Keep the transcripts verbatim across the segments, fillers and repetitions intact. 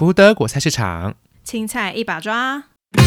福德果菜市场， 青菜一把抓。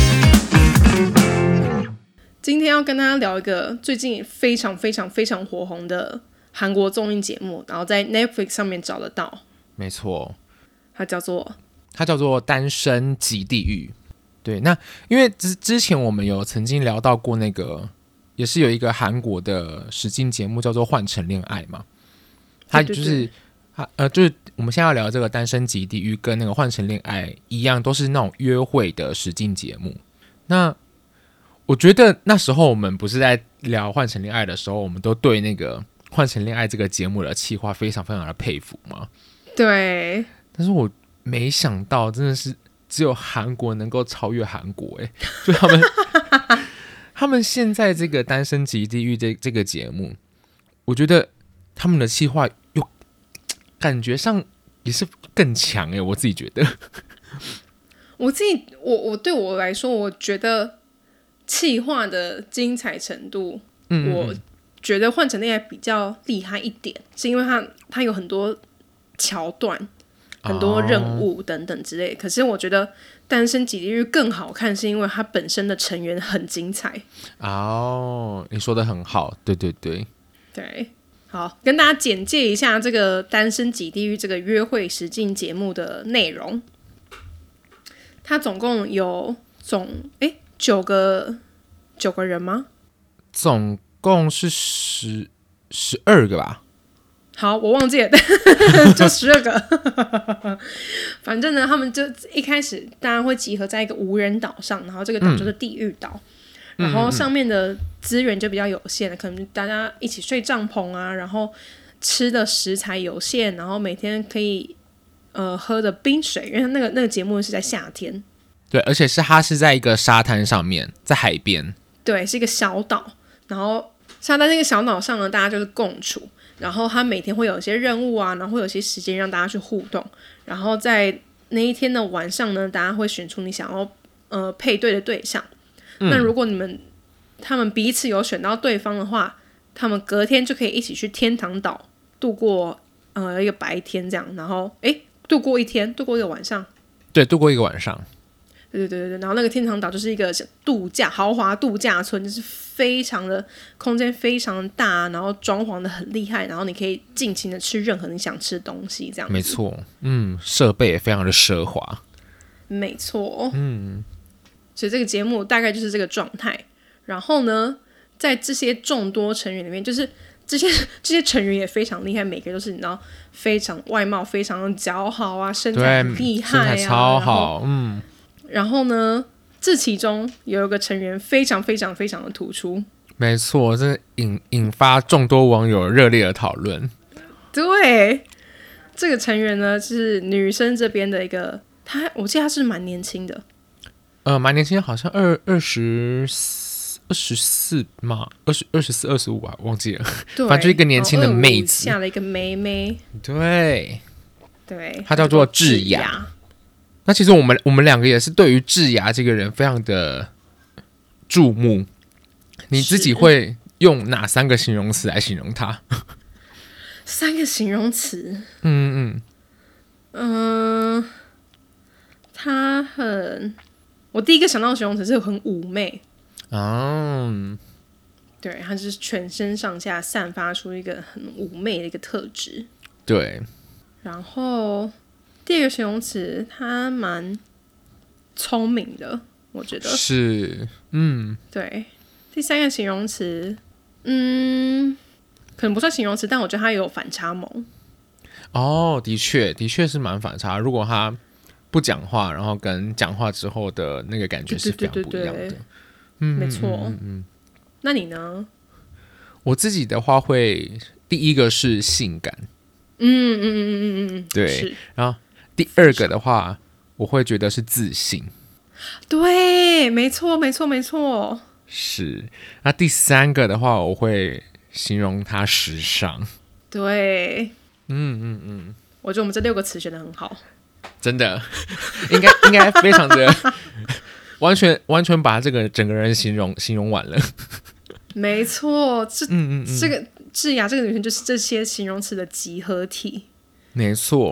今天要跟大家聊一个最近非常非常非常火红的韩国综艺节目，然后在 Netflix 上面找得到。 没错， 它叫做它叫做《单身即地狱》。对，那因为之之前我们有曾经聊到过那个，也是有一个韩国的实境节目叫做《换乘恋爱》嘛，它就是。对对对呃，就是我们现在要聊这个《单身即地狱》跟那个《换乘恋爱》一样，都是那种约会的实境节目。那我觉得那时候我们不是在聊《换乘恋爱》的时候，我们都对那个《换乘恋爱》这个节目的企划非常非常的佩服嘛。 对， 但是我没想到，真的是只有韩国能够超越韩国哎、欸，就他们他们现在这个《单身即地狱》这这个节目，我觉得他们的企划又感觉上也是更强哎、欸，我自己觉得。 我自己，我我对我来说，我觉得企划的精彩程度，嗯嗯嗯我觉得换乘恋爱比较厉害一点，是因为它它有很多桥段、很多任务等等之类的。哦、可是我觉得单身即地狱更好看，是因为它本身的成员很精彩。 哦，你说的很好，对对对， 对。好，跟大家简介一下这个《单身即地狱》这个约会实境节目的内容。它总共有总诶九个九个人吗？ 总共是十十二个吧。 好，我忘记了，就十二个。反正呢，他们就一开始大家会集合在一个无人岛上，然后这个岛就是地狱岛。嗯然后上面的资源就比较有限，可能大家一起睡帐篷啊，然后吃的食材有限，然后每天可以呃喝的冰水，因为那个那个节目是在夏天， 对，而且是它是在一个沙滩上面，在海边， 对，是一个小岛，然后沙滩那个小岛上呢，大家就是共处，然后他每天会有一些任务啊，然后会有一些时间让大家去互动，然后在那一天的晚上呢，大家会选出你想要呃配对的对象。那如果你们他们彼此有选到对方的话，他们隔天就可以一起去天堂岛度过呃一个白天这样，然后诶度过一天，度过一个晚上， 对，度过一个晚上， 对对对对，然后那个天堂岛就是一个度假豪华度假村，就是非常的空间非常大，然后装潢的很厉害，然后你可以尽情的吃任何你想吃的东西，这样子没错，嗯，设备也非常的奢华， 没错， 嗯。 所以这个节目大概就是这个状态。然后呢，在这些众多成员里面，就是这些这些成员也非常厉害，每个都是你知道非常外貌非常的姣好啊，身材很厉害啊， 身材超好，嗯。 然后呢，这其中有一个成员非常非常非常的突出， 没错，这引引发众多网友热烈的讨论。 对，这个成员呢是女生这边的一个，她我记得她是蛮年轻的。 呃，蛮年轻，好像二二十二十四嘛，二十二十四、二十五啊，忘记了。 对， 反正就一个年轻的妹子， 下了一个妹妹。 对， 对， 她叫做智雅。那其实我们我们两个也是对于智雅这个人非常的注目。你自己会用哪三个形容词来形容她？ 三个形容词。 嗯嗯嗯，她很。我第一个想到的形容词是很妩媚， 哦， 对，它就是全身上下散发出一个很妩媚的一个特质。 对， 然后第二个形容词，它蛮聪明的，我觉得是，嗯， 对。第三个形容词，嗯，可能不算形容词，但我觉得它有反差萌。 哦，的确，的确是蛮反差。如果他不讲话，然后跟讲话之后的那个感觉是非常不一样的。 对对对对嗯， 没错。 嗯嗯， 那你呢？ 我自己的话会，第一个是性感， 嗯嗯嗯嗯嗯嗯， 对。然后第二个的话，我会觉得是自信。 对，没错，没错，没错。 是。那第三个的话，我会形容它时尚。 对， 嗯嗯嗯， 我觉得我们这六个词选得很好。真的，应该应该非常的完全完全把这个整个人形容形容完了。 没错，这、 嗯嗯嗯、 这个智雅这个女生就是这些形容词的集合体。 没错，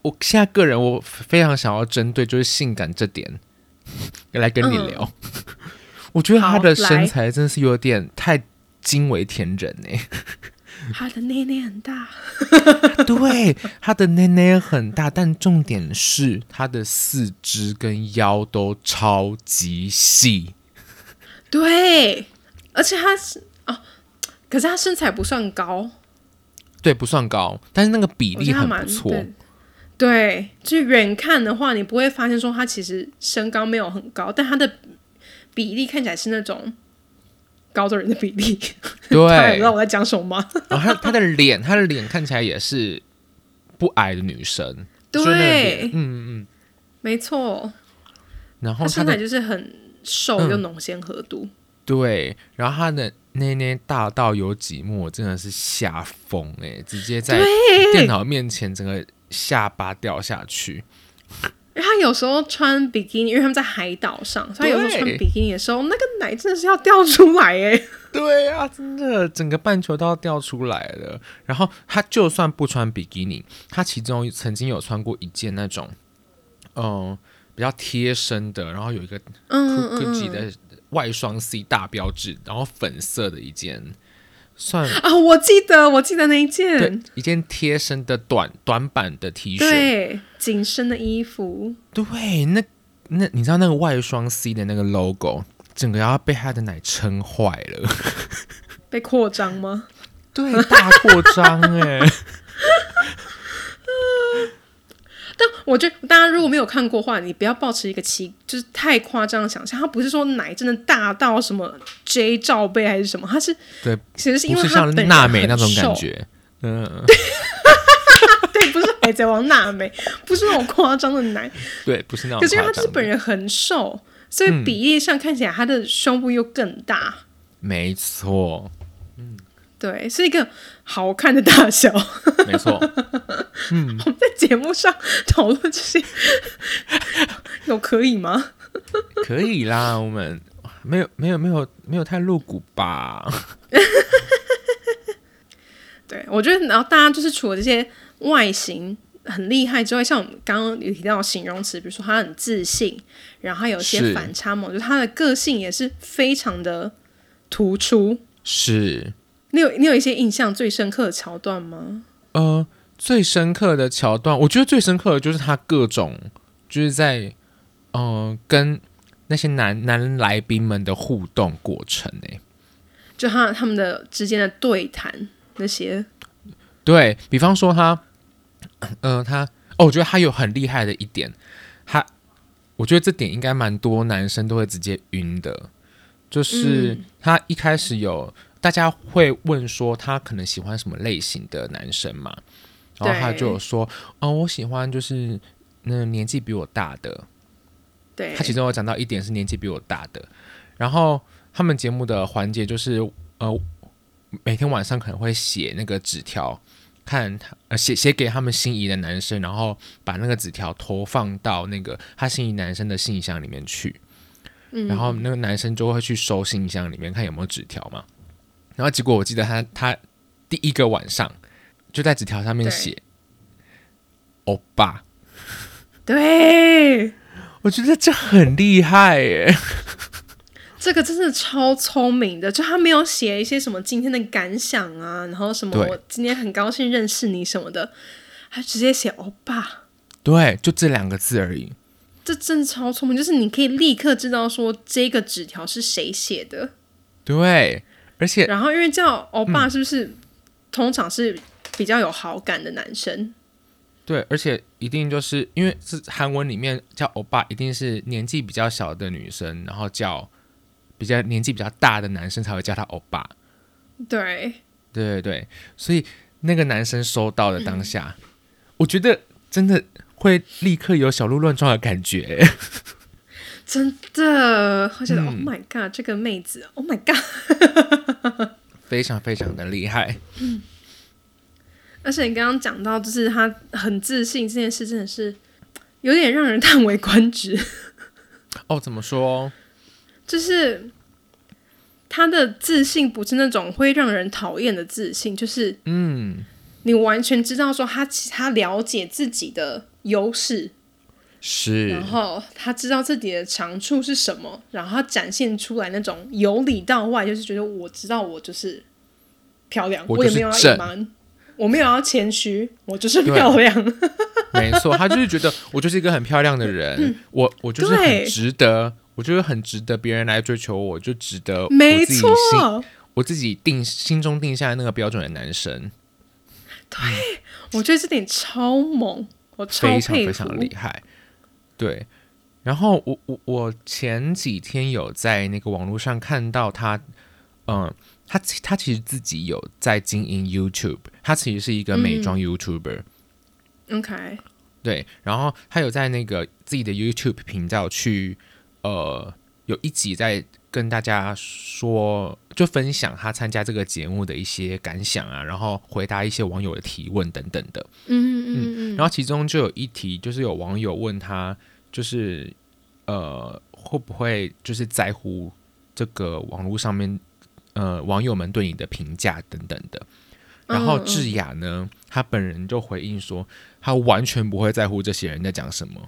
我现在个人我非常想要针对就是性感这点来跟你聊。嗯、我觉得他的身材真的是有点太惊为天人哎、欸。 他的内内很大， 对，他的内内很大，但重点是他的四肢跟腰都超级细。 对，而且他是哦，可是他身材不算高， 对，不算高，但是那个比例很不错。 对，对，就远看的话，你不会发现说他其实身高没有很高，但他的比例看起来是那种高的人的比例。 对， 大家知道我在讲什么吗？ 然后他他的脸，他的脸看起来也是不矮的女生。 对， 嗯嗯， 没错。 然后他身材就是很瘦又浓鲜合度、嗯。 对，然后他的内内大到有几幕真的是吓疯哎，直接在电脑面前整个下巴掉下去。 因为他有时候穿比基尼，因为他们在海岛上，所以有时候穿比基尼的时候，那个奶真的是要掉出来哎。 对啊，真的整个半球都要掉出来了。然后他就算不穿比基尼，他其中曾经有穿过一件那种，嗯、呃，比较贴身的，然后有一个 Gucci 的外双 C 大标志，然后粉色的一件。算啊，我记得，我记得那一件， 对，一件贴身的短短版的 T 恤， 对，紧身的衣服， 对，那那你知道那个外双 C 的那个 logo， 整个要被他的奶撑坏了， 被扩张吗？ 对，大扩张哎。 但我觉得大家如果没有看过的话，你不要抱持一个奇就是太夸张的想象，它不是说奶真的大到什么 J 罩杯还是什么，它是对， 其实是因为不是像娜美那种感觉，嗯， 对，不是海贼王娜美，不是那种夸张的奶， 对，不是那种， 可是因为他就是本人很瘦，所以比例上看起来他的胸部又更大， 嗯、没错， 嗯。对，是一个好看的大小， 没错。 嗯，我们在节目上讨论这些，有可以吗？ 可以啦，我们没有没有没有没有太露骨吧？ 对，我觉得，然后大家就是除了这些外形很厉害之外，像我们刚刚有提到形容词，比如说他很自信，然后他有一些反差萌，就是他的个性也是非常的突出。 是。 你有你有一些印象最深刻的桥段吗？ 呃，最深刻的桥段，我觉得最深刻的就是他各种就是在呃跟那些男男来宾们的互动过程哎， 就他他们的之间的对谈那些， 对，比方说他，呃，他哦，我觉得他有很厉害的一点，他我觉得这点应该蛮多男生都会直接晕的，就是他一开始有。大家会问说他可能喜欢什么类型的男生嘛？然后他就有说哦，我喜欢就是那年纪比我大的。 对， 他其中有讲到一点是年纪比我大的。然后他们节目的环节就是呃，每天晚上可能会写那个纸条，看呃写写给他们心仪的男生，然后把那个纸条投放到那个他心仪男生的信箱里面去。嗯、然后那个男生就会去收信箱里面看有没有纸条嘛。然后结果我记得他他第一个晚上就在纸条上面写欧巴， 对， 我觉得这很厉害耶， 这个真的超聪明的，就他没有写一些什么今天的感想啊，然后什么我今天很高兴认识你什么的，他直接写欧巴， 对，就这两个字而已， 这真的超聪明，就是你可以立刻知道说这个纸条是谁写的， 对。而且， 然后因为叫欧巴是不是、嗯、通常是比较有好感的男生？ 对，而且一定就是因为是韩文里面叫欧巴，一定是年纪比较小的女生，然后叫比较年纪比较大的男生才会叫他欧巴。 对， 对对对，所以那个男生收到的当下，嗯、我觉得真的会立刻有小鹿乱撞的感觉。 真的，我觉得、嗯、Oh my God， 这个妹子 ，Oh my God， 非常非常的厉害。 嗯，而且你刚刚讲到，就是他很自信这件事，真的是有点让人叹为观止。 哦，怎么说？ 就是他的自信不是那种会让人讨厌的自信，就是嗯，你完全知道说他他了解自己的优势， 是， 然后他知道自己的长处是什么，然后他展现出来那种由里到外，就是觉得我知道我就是漂亮， 我也没有要隐瞒，我没有要谦虚，我就是漂亮。 没错，他就是觉得我就是一个很漂亮的人，嗯、我我就是很值得，我就是很值得别人来追求我，就值得我自己心我自己定心中定下的那个标准的男生。 对，我觉得这点超猛，我超佩服， 非常非常厉害。对，然后我我我前几天有在那个网络上看到他，嗯，他他其实自己有在经营 YouTube， 他其实是一个美妆 YouTuber。 嗯、OK。 对，然后他有在那个自己的 YouTube 频道去，呃，有一集在跟大家说，就分享他参加这个节目的一些感想啊，然后回答一些网友的提问等等的。 嗯嗯嗯。 然后其中就有一题，就是有网友问他，就是呃，会不会就是在乎这个网络上面呃网友们对你的评价等等的。然后智雅呢，他本人就回应说，他完全不会在乎这些人在讲什么。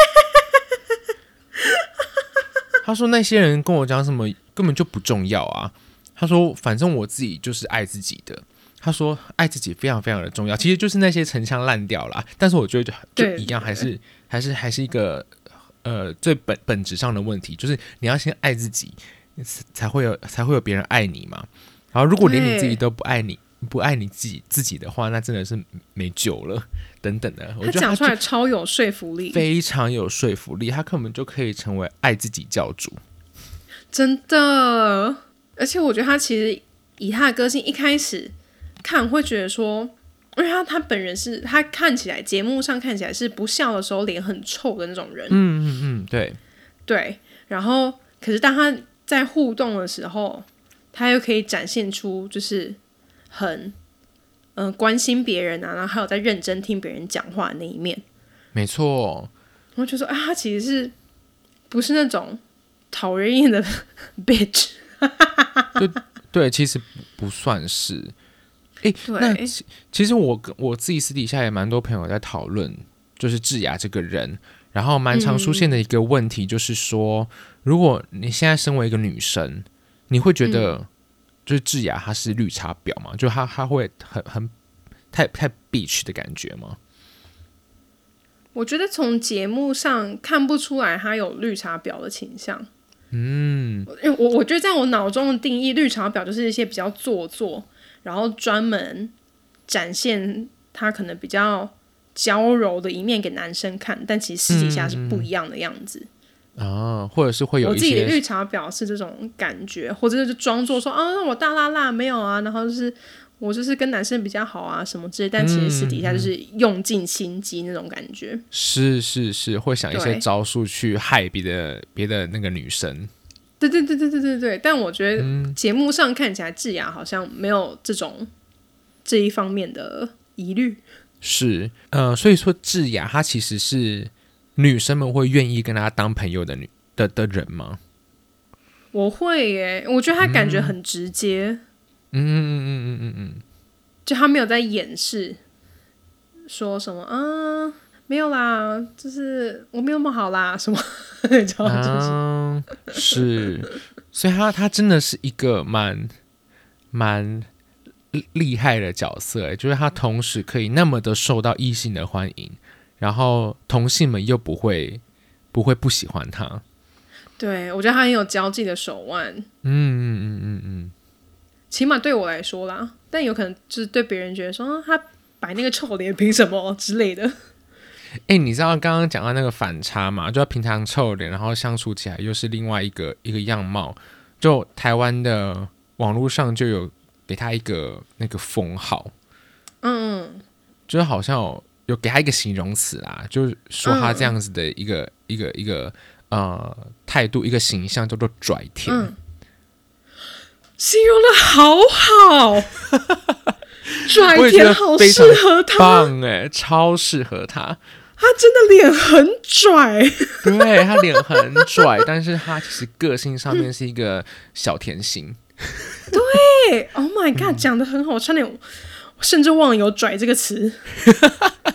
他说那些人跟我讲什么根本就不重要啊。他说反正我自己就是爱自己的。他说爱自己非常非常的重要，其实就是那些陈腔滥调啦。但是我觉得就一样，还是还是还是一个呃最本本质上的问题，就是你要先爱自己，才会有才会有别人爱你嘛。然后如果连你自己都不爱你。不爱你自己自己的话，那真的是没救了。等等的，我觉得他讲出来超有说服力， 非常有说服力。他根本就可以成为爱自己教主， 真的。而且我觉得他其实以他的个性，一开始看会觉得说，因为他他本人是他看起来节目上看起来是不笑的时候脸很臭的那种人。 嗯嗯嗯，对对。然后，可是当他在互动的时候，他又可以展现出就是。很嗯、呃、关心别人啊，然后还有在认真听别人讲话的那一面， 没错。 我就说啊，他其实是不是那种讨人厌的 bitch？ 对对，其实不算是。哎，那其实我我自己私底下也蛮多朋友在讨论，就是智雅这个人，然后蛮常出现的一个问题就是说，嗯、如果你现在身为一个女生，你会觉得、嗯。就是智雅她是绿茶婊嘛，就她她会很很太太 bitch 的感觉吗？ 我觉得从节目上看不出来她有绿茶婊的倾向。嗯，因为我我觉得在我脑中的定义，绿茶婊就是一些比较做作，然后专门展现她可能比较娇柔的一面给男生看，但其实私底下是不一样的样子。嗯啊，或者是会有一些我自己的绿茶婊是这种感觉，或者是就装作说啊我大辣辣没有啊，然后就是我就是跟男生比较好啊什么之类，但其实私底下就是用尽心机那种感觉。 嗯、是是是，会想一些招数去害别的别的那个女生。 对对对对对对对，但我觉得节目上看起来智雅好像没有这种这一方面的疑虑。 是，呃，所以说智雅她其实是。女生们会愿意跟他当朋友的女 的, 的人吗？ 我会耶，我觉得他感觉很直接。 嗯嗯嗯嗯嗯嗯嗯， 就他没有在掩饰，说什么啊没有啦，就是我没有那么好啦什么，你知道吗？ 是，所以他他真的是一个蛮蛮厉害的角色，就是他同时可以那么的受到异性的欢迎。然后同性们又不会不会不喜欢他， 对，我觉得他很有交际的手腕。 嗯嗯嗯嗯嗯， 起码对我来说啦，但有可能就是对别人觉得说、啊、他摆那个臭脸凭什么之类的。 哎，你知道刚刚讲到那个反差嘛？就平常臭脸，然后相处起来又是另外一个一个样貌。就台湾的网络上就有给他一个那个封号，嗯嗯，就是好像有。有给他一个形容词啦，就是说他这样子的一个、嗯、一个一个呃态度，一个形象叫做拽甜，嗯、 形容的好好，拽甜好适合他， 棒哎，超适合他。 他真的脸很拽， 对他脸很拽，但是他其实个性上面是一个小甜心。 对 ，Oh my God， 讲、嗯、得很好，差点我甚至忘了有拽这个词。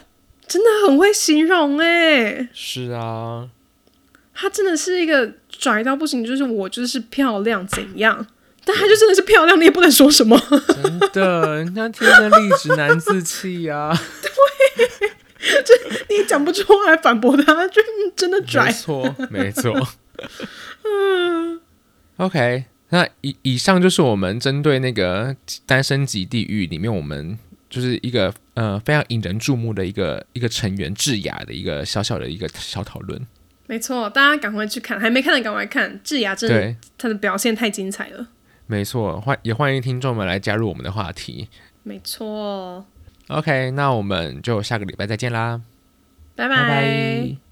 真的很会形容哎。 是啊， 他真的是一个拽到不行，就是我就是漂亮怎样，但他就真的是漂亮，你也不能说什么。 真的，人家天生丽质难自弃啊。 对，就你讲不出来反驳他，就真的拽。 没错，没错。OK， 那以以上就是我们针对那个单身级地狱里面，我们就是一个呃非常引人注目的一个一个成员智雅的一个小小的一个小讨论。 没错，大家赶快去看，还没看的赶快看，智雅真的她的表现太精彩了。没错，欢也欢迎听众们来加入我们的话题。 没错。 OK， 那我们就下个礼拜再见啦， 拜拜。 拜拜。